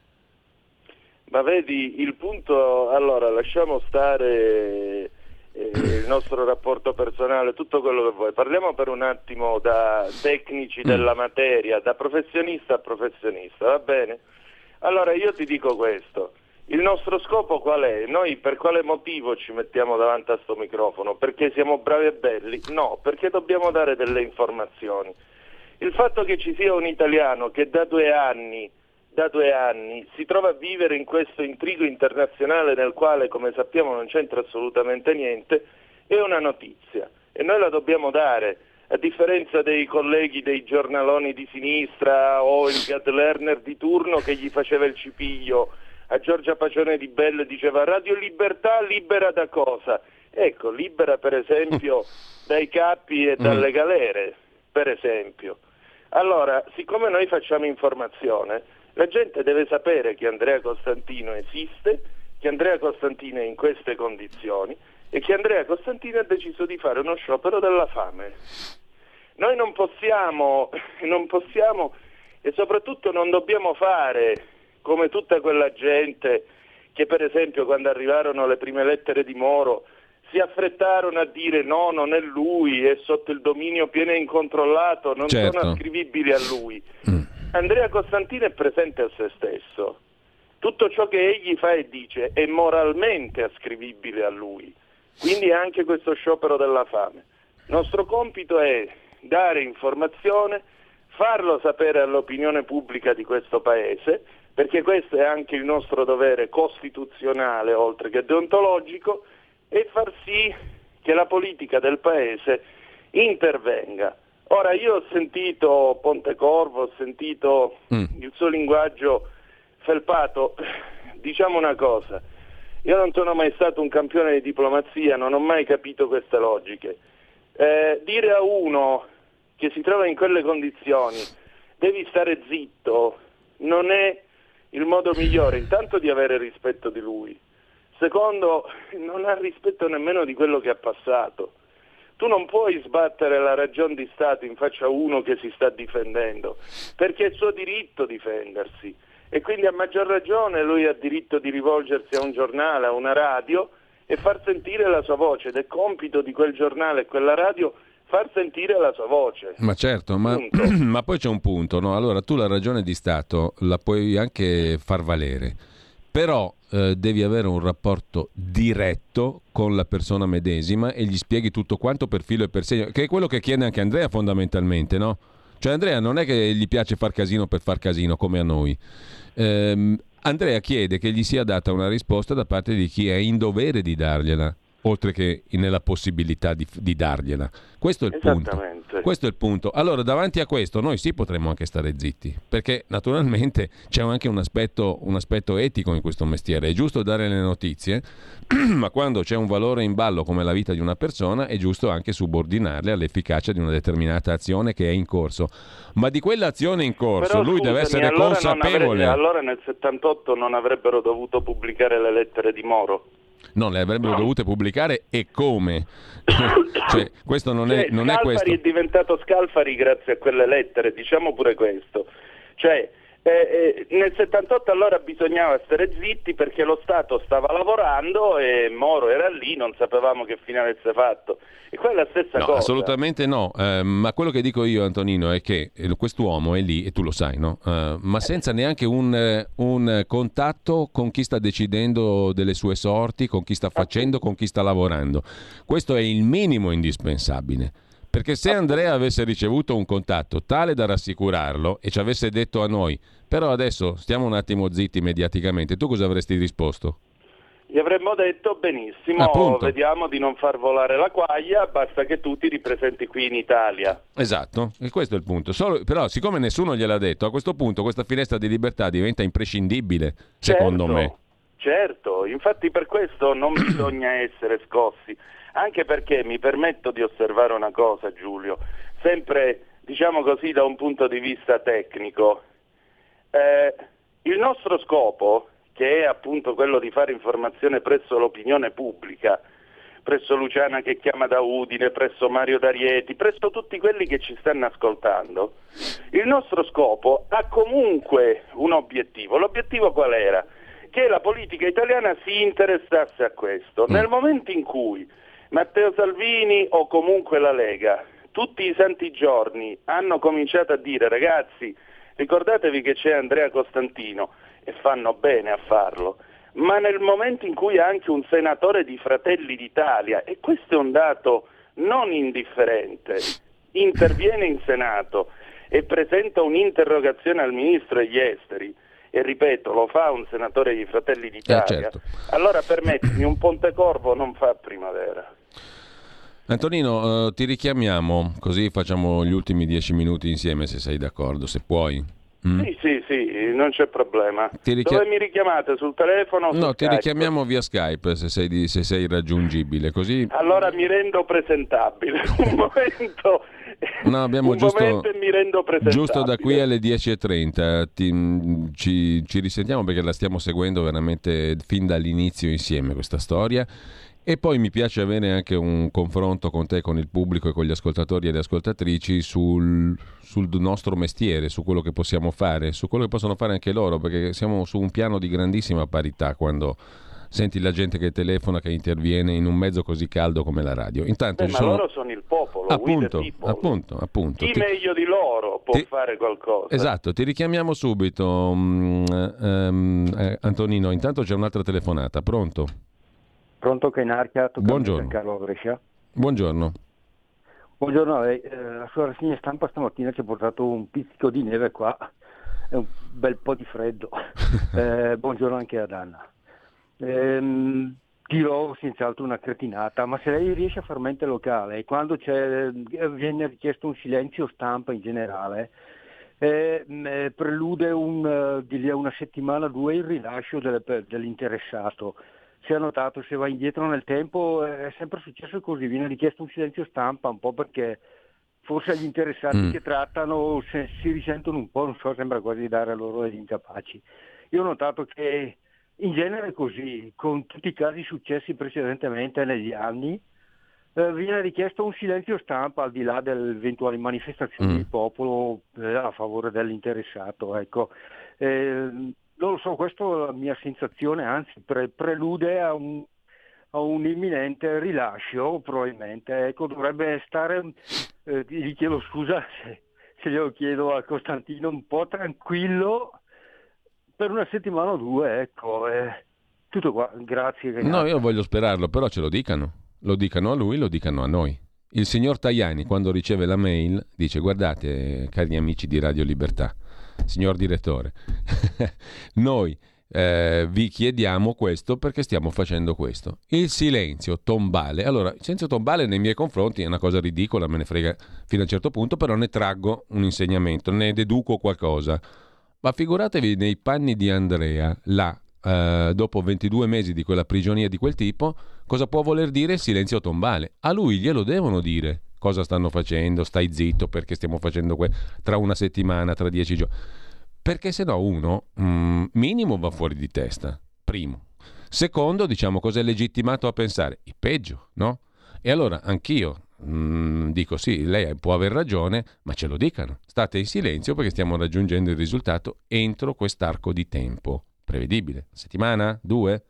Ma vedi, il punto, allora lasciamo stare il nostro rapporto personale, tutto quello che vuoi. Parliamo per un attimo da tecnici della materia, da professionista a professionista, va bene? Allora io ti dico questo. Il nostro scopo qual è? Noi per quale motivo ci mettiamo davanti a sto microfono? Perché siamo bravi e belli? No, perché dobbiamo dare delle informazioni. Il fatto che ci sia un italiano che da due anni si trova a vivere in questo intrigo internazionale nel quale, come sappiamo, non c'entra assolutamente niente, è una notizia e noi la dobbiamo dare, a differenza dei colleghi dei giornaloni di sinistra o il Gad Lerner di turno che gli faceva il cipiglio a Giorgia Pacione di Belle, diceva Radio Libertà libera da cosa? Ecco, libera per esempio dai capi e dalle galere, per esempio. Allora, siccome noi facciamo informazione, la gente deve sapere che Andrea Costantino esiste, che Andrea Costantino è in queste condizioni e che Andrea Costantino ha deciso di fare uno sciopero della fame. Noi non possiamo e soprattutto non dobbiamo fare come tutta quella gente che per esempio quando arrivarono le prime lettere di Moro si affrettarono a dire no, non è lui, è sotto il dominio pieno e incontrollato, non sono ascrivibili a lui. Andrea Costantino è presente a se stesso. Tutto ciò che egli fa e dice è moralmente ascrivibile a lui. Quindi anche questo sciopero della fame. Il nostro compito è dare informazione, farlo sapere all'opinione pubblica di questo Paese, perché questo è anche il nostro dovere costituzionale oltre che deontologico, e far sì che la politica del Paese intervenga. Ora io ho sentito Pontecorvo, ho sentito il suo linguaggio felpato, diciamo una cosa, io non sono mai stato un campione di diplomazia, non ho mai capito queste logiche. Dire a uno che si trova in quelle condizioni devi stare zitto non è il modo migliore, intanto di avere rispetto di lui, secondo non ha rispetto nemmeno di quello che ha passato. Tu non puoi sbattere la ragion di Stato in faccia a uno che si sta difendendo, perché è suo diritto difendersi e quindi a maggior ragione lui ha diritto di rivolgersi a un giornale, a una radio e far sentire la sua voce, ed è compito di quel giornale e quella radio far sentire la sua voce. Ma certo, ma poi c'è un punto, no? Allora tu la ragione di Stato la puoi anche far valere, però devi avere un rapporto diretto con la persona medesima e gli spieghi tutto quanto per filo e per segno, che è quello che chiede anche Andrea fondamentalmente, no? Cioè Andrea non è che gli piace far casino per far casino come a noi. Andrea chiede che gli sia data una risposta da parte di chi è in dovere di dargliela, oltre che nella possibilità di dargliela. Questo è il punto. Questo è il punto. Allora, davanti a questo noi sì potremmo anche stare zitti, perché naturalmente c'è anche un aspetto etico in questo mestiere. È giusto dare le notizie, ma quando c'è un valore in ballo come la vita di una persona è giusto anche subordinarle all'efficacia di una determinata azione che è in corso. Ma di quell'azione in corso Però, lui scusami, deve essere allora consapevole. Allora nel 78 non avrebbero dovuto pubblicare le lettere di Moro? No, le avrebbero dovute pubblicare e come? Cioè, questo non è Scalfari questo. è diventato Scalfari grazie a quelle lettere, diciamo pure questo. Cioè, nel 78 allora bisognava stare zitti perché lo Stato stava lavorando e Moro era lì, non sapevamo che fine avesse fatto. E quella è la stessa No, cosa. assolutamente no, ma quello che dico io, Antonino, è che quest'uomo è lì, e tu lo sai, no? Ma senza neanche un contatto con chi sta decidendo delle sue sorti, con chi sta facendo, con chi sta lavorando. Questo è il minimo indispensabile. Perché se Andrea avesse ricevuto un contatto tale da rassicurarlo e ci avesse detto a noi, però adesso stiamo un attimo zitti mediaticamente, tu cosa avresti risposto? Gli avremmo detto benissimo, Appunto. vediamo di non far volare la quaglia, basta che tu ti ripresenti qui in Italia. Esatto, e questo è il punto. Però siccome nessuno gliel'ha detto, a questo punto questa finestra di libertà diventa imprescindibile, secondo me. Certo, infatti per questo non bisogna essere scossi, anche perché mi permetto di osservare una cosa, Giulio, sempre diciamo così da un punto di vista tecnico. Il nostro scopo, che è appunto quello di fare informazione presso l'opinione pubblica, presso Luciana che chiama da Udine, presso Mario D'Arieti, presso tutti quelli che ci stanno ascoltando, il nostro scopo ha comunque un obiettivo. L'obiettivo qual era? Che la politica italiana si interessasse a questo. Nel momento in cui Matteo Salvini o comunque la Lega, tutti i santi giorni, hanno cominciato a dire ragazzi, ricordatevi che c'è Andrea Costantino, e fanno bene a farlo, ma nel momento in cui anche un senatore di Fratelli d'Italia, e questo è un dato non indifferente, interviene in Senato e presenta un'interrogazione al Ministro degli Esteri, e ripeto, lo fa un senatore di Fratelli d'Italia, certo. Allora permettimi, un Pontecorvo non fa primavera. Antonino, ti richiamiamo, così facciamo gli ultimi 10 minuti insieme, se sei d'accordo, se puoi. Sì, non c'è problema. Dove mi richiamate? Sul telefono o su No, ti Skype? richiamiamo via Skype se sei raggiungibile, così. Allora mi rendo presentabile. Un momento. No, abbiamo momento e mi rendo presentabile. giusto da qui alle 10:30. Ci risentiamo perché la stiamo seguendo veramente fin dall'inizio insieme questa storia. E poi mi piace avere anche un confronto con te, con il pubblico e con gli ascoltatori e le ascoltatrici sul nostro mestiere, su quello che possiamo fare, su quello che possono fare anche loro, perché siamo su un piano di grandissima parità quando senti la gente che telefona, che interviene in un mezzo così caldo come la radio. Intanto ma loro sono il popolo, appunto. Chi meglio di loro può fare qualcosa. Esatto, ti richiamiamo subito, Antonino. Intanto c'è un'altra telefonata, pronto? Pronto, Cainarca, Buongiorno. Carlo Brescia. Buongiorno. Buongiorno a lei. La sua rassegna stampa stamattina ci ha portato un pizzico di neve qua e un bel po' di freddo. Buongiorno anche ad Anna. Dirò senz'altro una cretinata, ma se lei riesce a far mente locale, quando viene richiesto un silenzio stampa in generale, prelude una settimana o due il rilascio dell'interessato. Si è notato, se va indietro nel tempo è sempre successo così, viene richiesto un silenzio stampa, un po' perché forse gli interessati che trattano si risentono un po', non so, sembra quasi dare a loro degli incapaci. Io ho notato che in genere è così, con tutti i casi successi precedentemente negli anni, viene richiesto un silenzio stampa al di là delle eventuali manifestazioni del popolo a favore dell'interessato, ecco. Non lo so, questa è la mia sensazione, anzi prelude a un imminente rilascio, probabilmente. Ecco, dovrebbe stare, gli chiedo scusa se glielo chiedo a Costantino, un po' tranquillo, per una settimana o due, ecco, tutto qua, grazie. No, io voglio sperarlo, però ce lo dicano a lui, lo dicano a noi. Il signor Tajani, quando riceve la mail, dice: guardate, cari amici di Radio Libertà, signor direttore, noi vi chiediamo questo perché stiamo facendo questo. Il silenzio tombale. Allora, il silenzio tombale nei miei confronti è una cosa ridicola, me ne frega fino a un certo punto, però ne traggo un insegnamento, ne deduco qualcosa. Ma figuratevi nei panni di Andrea, là, dopo 22 mesi di quella prigionia di quel tipo, cosa può voler dire silenzio tombale? A lui glielo devono dire cosa stanno facendo, stai zitto perché stiamo facendo tra una settimana, tra 10 giorni. Perché se no uno, minimo, va fuori di testa, primo. Secondo, diciamo, cos'è legittimato a pensare? Il peggio, no? E allora anch'io dico sì, lei può aver ragione, ma ce lo dicano. State in silenzio perché stiamo raggiungendo il risultato entro quest'arco di tempo prevedibile. Settimana? 2?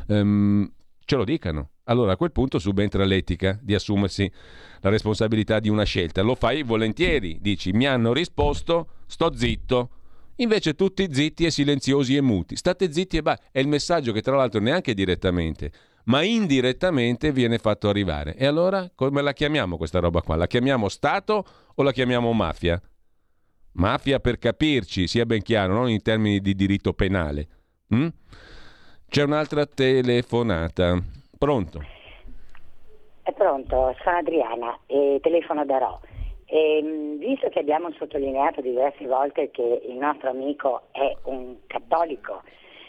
Ce lo dicano. Allora a quel punto subentra l'etica di assumersi la responsabilità di una scelta. Lo fai volentieri, dici mi hanno risposto, sto zitto. Invece tutti zitti e silenziosi e muti. State zitti e basta. È il messaggio che tra l'altro neanche direttamente, ma indirettamente viene fatto arrivare. E allora come la chiamiamo questa roba qua? La chiamiamo Stato o la chiamiamo mafia? Mafia, per capirci, sia ben chiaro, non in termini di diritto penale. C'è un'altra telefonata. Pronto? È pronto, sono Adriana e telefono da Rho. Visto che abbiamo sottolineato diverse volte che il nostro amico è un cattolico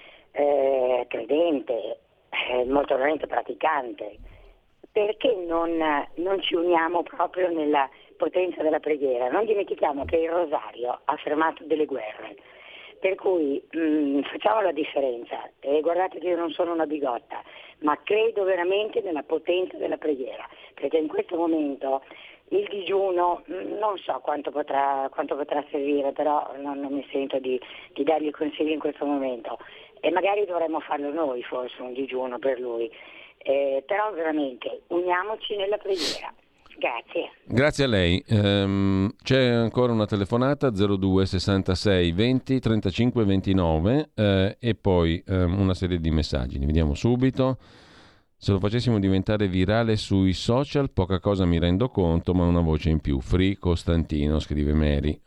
credente, molto veramente praticante, perché non ci uniamo proprio nella potenza della preghiera? Non dimentichiamo che il rosario ha fermato delle guerre, per cui facciamo la differenza. Guardate che io non sono una bigotta, ma credo veramente nella potenza della preghiera, perché in questo momento il digiuno non so quanto potrà servire, però non mi sento di dargli consigli in questo momento, e magari dovremmo farlo noi forse un digiuno per lui, però veramente uniamoci nella preghiera. Grazie. Grazie a lei. C'è ancora una telefonata 02 66 20 35 29 e poi una serie di messaggi. Li vediamo subito. Se lo facessimo diventare virale sui social, poca cosa mi rendo conto, ma una voce in più. Free Costantino, scrive Mary.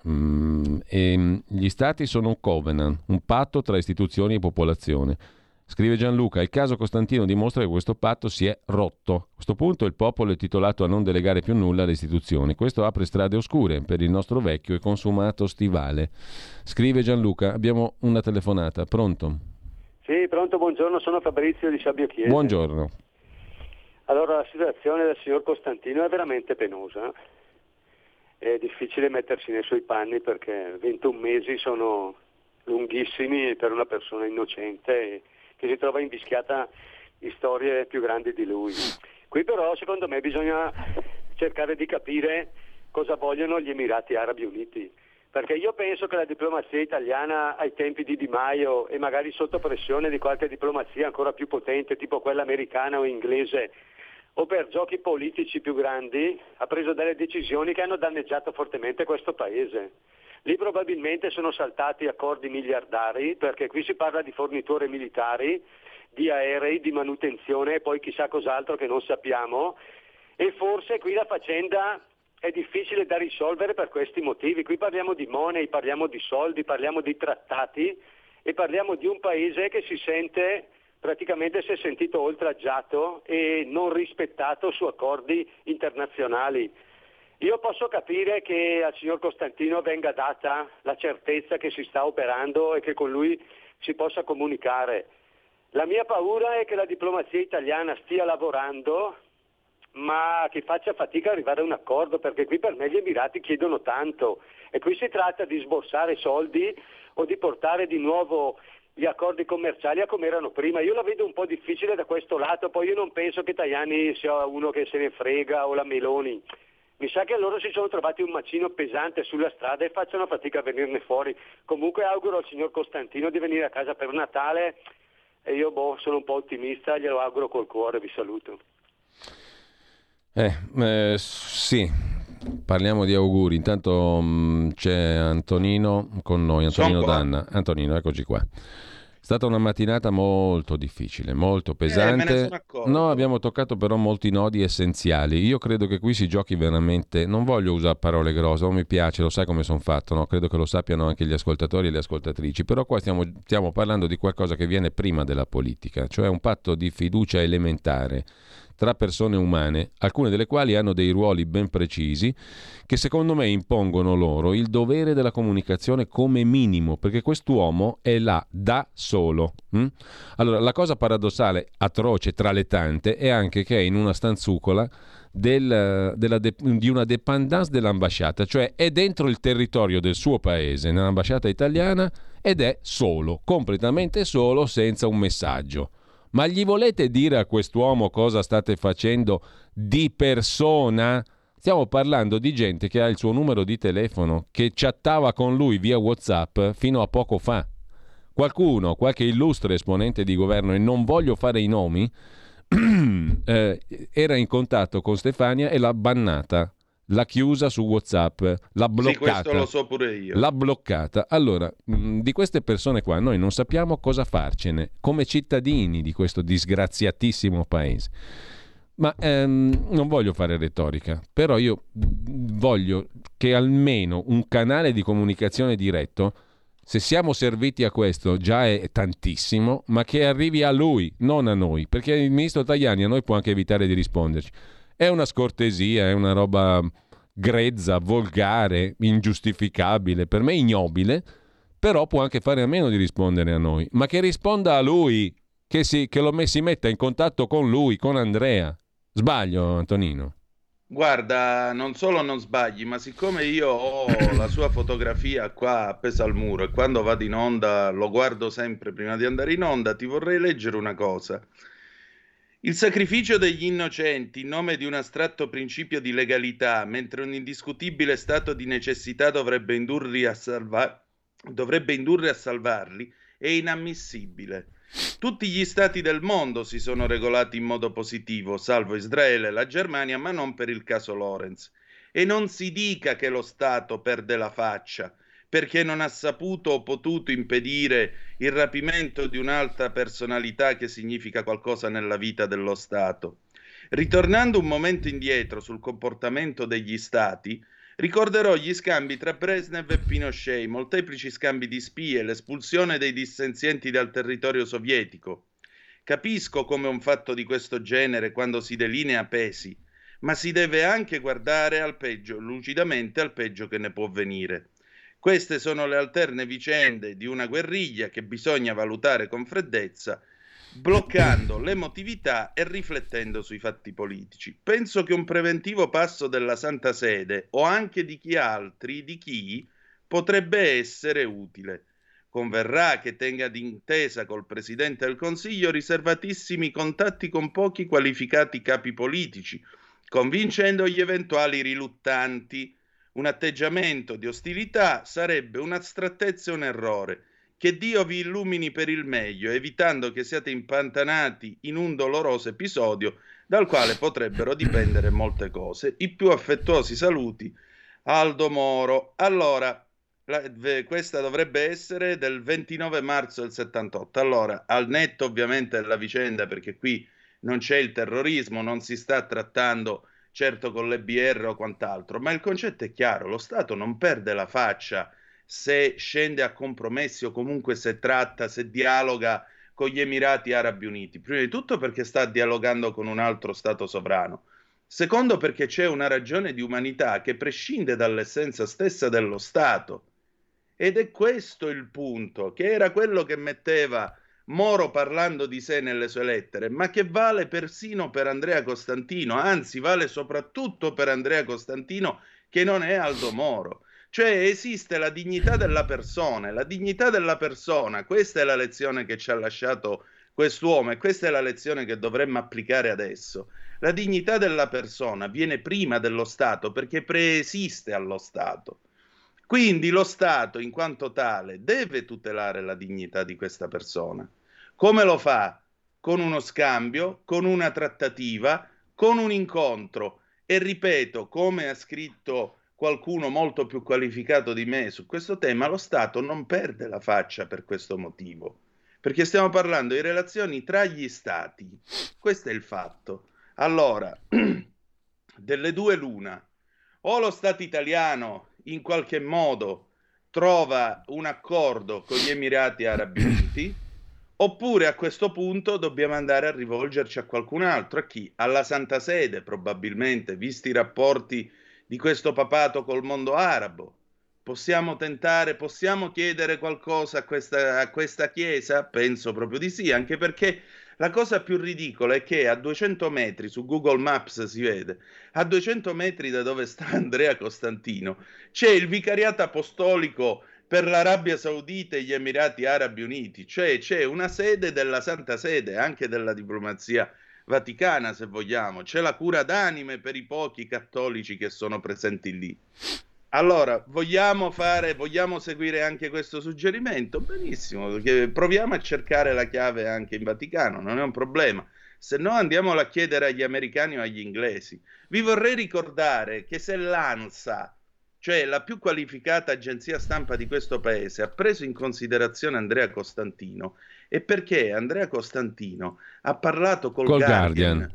E gli stati sono un covenant, un patto tra istituzioni e popolazione. Scrive Gianluca, il caso Costantino dimostra che questo patto si è rotto. A questo punto il popolo è titolato a non delegare più nulla alle istituzioni. Questo apre strade oscure per il nostro vecchio e consumato stivale. Scrive Gianluca, abbiamo una telefonata. Pronto? Sì, pronto, buongiorno, sono Fabrizio di Sabbio Chiesa. Buongiorno. Allora, la situazione del signor Costantino è veramente penosa. È difficile mettersi nei suoi panni perché 21 mesi sono lunghissimi per una persona innocente che si trova invischiata in storie più grandi di lui. Qui però secondo me bisogna cercare di capire cosa vogliono gli Emirati Arabi Uniti, perché io penso che la diplomazia italiana ai tempi di Di Maio e magari sotto pressione di qualche diplomazia ancora più potente tipo quella americana o inglese o per giochi politici più grandi ha preso delle decisioni che hanno danneggiato fortemente questo paese. Lì probabilmente sono saltati accordi miliardari, perché qui si parla di forniture militari, di aerei, di manutenzione e poi chissà cos'altro che non sappiamo, e forse qui la faccenda è difficile da risolvere per questi motivi. Qui parliamo di money, parliamo di soldi, parliamo di trattati e parliamo di un paese che si è sentito oltraggiato e non rispettato su accordi internazionali. Io posso capire che al signor Costantino venga data la certezza che si sta operando e che con lui si possa comunicare. La mia paura è che la diplomazia italiana stia lavorando, ma che faccia fatica ad arrivare a un accordo, perché qui per me gli Emirati chiedono tanto e qui si tratta di sborsare soldi o di portare di nuovo gli accordi commerciali a come erano prima. Io la vedo un po' difficile da questo lato, poi io non penso che Tajani sia uno che se ne frega o la Meloni. Mi sa che loro si sono trovati un macino pesante sulla strada e facciano fatica a venirne fuori. Comunque auguro al signor Costantino di venire a casa per Natale e io sono un po' ottimista, glielo auguro col cuore, vi saluto. Sì, Parliamo di auguri. Intanto c'è Antonino con noi, Antonino Danna. Antonino, eccoci qua. È stata una mattinata molto difficile, molto pesante. Me ne sono accorto. No, abbiamo toccato però molti nodi essenziali. Io credo che qui si giochi veramente, non voglio usare parole grosse, non mi piace, lo sai come sono fatto, no? Credo che lo sappiano anche gli ascoltatori e le ascoltatrici, però qua stiamo parlando di qualcosa che viene prima della politica, cioè un patto di fiducia elementare tra persone umane, alcune delle quali hanno dei ruoli ben precisi che secondo me impongono loro il dovere della comunicazione come minimo, perché quest'uomo è là da solo. Allora, la cosa paradossale, atroce tra le tante, è anche che è in una stanzucola di una dépendance dell'ambasciata, cioè è dentro il territorio del suo paese, nell'ambasciata italiana, ed è solo, completamente solo, senza un messaggio. Ma gli volete dire a quest'uomo cosa state facendo di persona? Stiamo parlando di gente che ha il suo numero di telefono, che chattava con lui via WhatsApp fino a poco fa. Qualcuno, qualche illustre esponente di governo, e non voglio fare i nomi, era in contatto con Stefania e l'ha bannata. L'ha chiusa su WhatsApp, l'ha bloccata. Sì, questo lo so pure io. L'ha bloccata. Allora, di queste persone qua noi non sappiamo cosa farcene come cittadini di questo disgraziatissimo paese. Ma non voglio fare retorica, però io voglio che almeno un canale di comunicazione diretto, se siamo serviti a questo già è tantissimo, ma che arrivi a lui, non a noi, perché il ministro Tajani a noi può anche evitare di risponderci. È una scortesia, è una roba grezza, volgare, ingiustificabile, per me ignobile, però può anche fare a meno di rispondere a noi, ma che risponda a lui, che si metta in contatto con lui, con Andrea. Sbaglio, Antonino? Guarda, non solo non sbagli, ma siccome io ho la sua fotografia qua appesa al muro e quando vado in onda lo guardo sempre prima di andare in onda, ti vorrei leggere una cosa. Il sacrificio degli innocenti in nome di un astratto principio di legalità, mentre un indiscutibile stato di necessità dovrebbe indurre a salvarli, è inammissibile. Tutti gli stati del mondo si sono regolati in modo positivo, salvo Israele e la Germania, ma non per il caso Lorenz. E non si dica che lo Stato perde la faccia, perché non ha saputo o potuto impedire il rapimento di un'alta personalità che significa qualcosa nella vita dello Stato. Ritornando un momento indietro sul comportamento degli Stati, ricorderò gli scambi tra Brezhnev e Pinochet, i molteplici scambi di spie, l'espulsione dei dissenzienti dal territorio sovietico. Capisco come un fatto di questo genere, quando si delinea, pesi, ma si deve anche guardare al peggio, lucidamente al peggio che ne può venire. Queste sono le alterne vicende di una guerriglia che bisogna valutare con freddezza, bloccando l'emotività e riflettendo sui fatti politici. Penso che un preventivo passo della Santa Sede, o anche di chi potrebbe essere utile. Converrà che tenga d'intesa col Presidente del Consiglio riservatissimi contatti con pochi qualificati capi politici, convincendo gli eventuali riluttanti. Un atteggiamento di ostilità sarebbe un'astrattezza e un errore. Che Dio vi illumini per il meglio, evitando che siate impantanati in un doloroso episodio dal quale potrebbero dipendere molte cose. I più affettuosi saluti, Aldo Moro. Allora, questa dovrebbe essere del 29 marzo del 78. Allora, al netto ovviamente della vicenda, perché qui non c'è il terrorismo, non si sta trattando certo con le BR o quant'altro, ma il concetto è chiaro: lo Stato non perde la faccia se scende a compromessi o comunque se dialoga con gli Emirati Arabi Uniti. Prima di tutto perché sta dialogando con un altro Stato sovrano. Secondo, perché c'è una ragione di umanità che prescinde dall'essenza stessa dello Stato. Ed è questo il punto, che era quello che metteva Moro parlando di sé nelle sue lettere, ma che vale persino per Andrea Costantino, anzi vale soprattutto per Andrea Costantino, che non è Aldo Moro. Cioè esiste la dignità della persona, questa è la lezione che ci ha lasciato quest'uomo e questa è la lezione che dovremmo applicare adesso. La dignità della persona viene prima dello Stato perché preesiste allo Stato. Quindi lo Stato, in quanto tale, deve tutelare la dignità di questa persona. Come lo fa? Con uno scambio, con una trattativa, con un incontro. E ripeto, come ha scritto qualcuno molto più qualificato di me su questo tema, lo Stato non perde la faccia per questo motivo, perché stiamo parlando di relazioni tra gli Stati. Questo è il fatto. Allora, delle due l'una, o lo Stato italiano in qualche modo trova un accordo con gli Emirati Arabi Uniti, oppure a questo punto dobbiamo andare a rivolgerci a qualcun altro. A chi? Alla Santa Sede, probabilmente, visti i rapporti di questo papato col mondo arabo. Possiamo tentare, possiamo chiedere qualcosa a questa Chiesa? Penso proprio di sì, anche perché la cosa più ridicola è che a 200 metri, su Google Maps si vede, a 200 metri da dove sta Andrea Costantino, c'è il vicariato apostolico per l'Arabia Saudita e gli Emirati Arabi Uniti, cioè c'è una sede della Santa Sede, anche della diplomazia vaticana, se vogliamo, c'è la cura d'anime per i pochi cattolici che sono presenti lì. Allora, vogliamo seguire anche questo suggerimento? Benissimo, perché proviamo a cercare la chiave anche in Vaticano, non è un problema. Se no andiamola a chiedere agli americani o agli inglesi. Vi vorrei ricordare che se l'ANSA, cioè la più qualificata agenzia stampa di questo paese, ha preso in considerazione Andrea Costantino, è perché Andrea Costantino ha parlato col Guardian.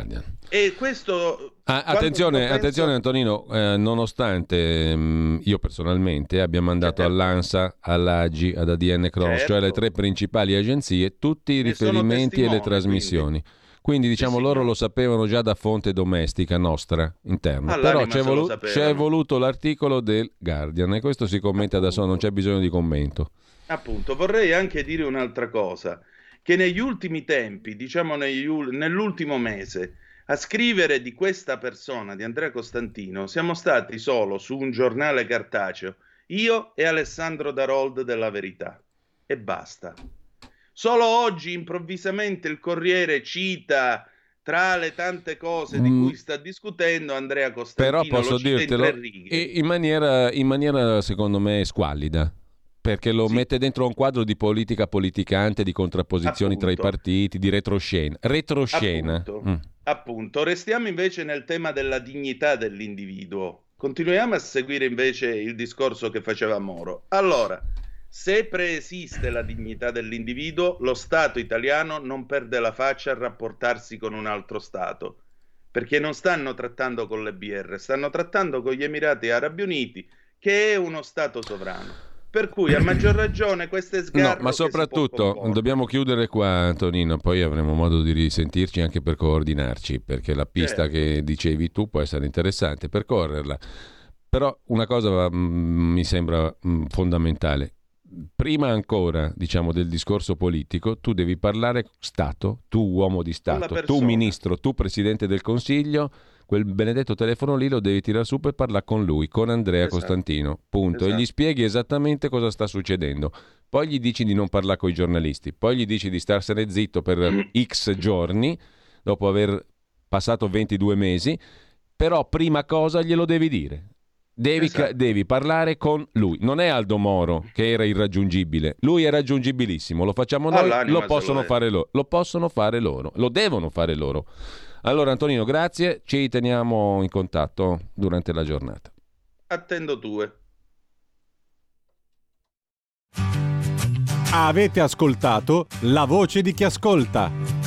E questo... Attenzione Antonino, nonostante io personalmente abbia mandato all'ANSA, all'AGI, ad ADN Cross, cioè le tre principali agenzie, tutti i riferimenti e le trasmissioni. Quindi diciamo loro lo sapevano già da fonte domestica nostra, interna. Però c'è voluto l'articolo del Guardian e questo si commenta da solo, non c'è bisogno di commento. Appunto, vorrei anche dire un'altra cosa, che negli ultimi tempi, diciamo nell'ultimo mese, a scrivere di questa persona, di Andrea Costantino, siamo stati solo su un giornale cartaceo, io e Alessandro Darold della Verità. E basta. Solo oggi improvvisamente il Corriere cita, tra le tante cose di cui sta discutendo, Andrea Costantino. Però posso dirtelo in maniera secondo me squallida, perché lo mette dentro un quadro di politica politicante, di contrapposizioni tra i partiti, di retroscena. Appunto, restiamo invece nel tema della dignità dell'individuo. Continuiamo a seguire invece il discorso che faceva Moro. Allora, se preesiste la dignità dell'individuo, lo Stato italiano non perde la faccia a rapportarsi con un altro Stato, perché non stanno trattando con le BR, stanno trattando con gli Emirati Arabi Uniti, che è uno Stato sovrano. Per cui a maggior ragione queste sgarro. No, ma soprattutto dobbiamo chiudere qua, Antonino, poi avremo modo di risentirci anche per coordinarci, perché la pista che dicevi tu può essere interessante percorrerla. Però una cosa mi sembra fondamentale. Prima ancora, diciamo, del discorso politico, tu devi parlare Stato, tu uomo di Stato, tu ministro, tu presidente del Consiglio, quel benedetto telefono lì lo devi tirare su per parlare con lui, con Andrea Costantino, punto. E gli spieghi esattamente cosa sta succedendo. Poi gli dici di non parlare con i giornalisti, poi gli dici di starsene zitto per X giorni, dopo aver passato 22 mesi, però prima cosa glielo devi dire. Devi parlare con lui. Non è Aldo Moro che era irraggiungibile, lui è raggiungibilissimo, lo facciamo noi, lo possono fare loro, lo devono fare loro. Allora Antonino, grazie, ci teniamo in contatto durante la giornata. Attendo due. Avete ascoltato La Voce di Chi Ascolta.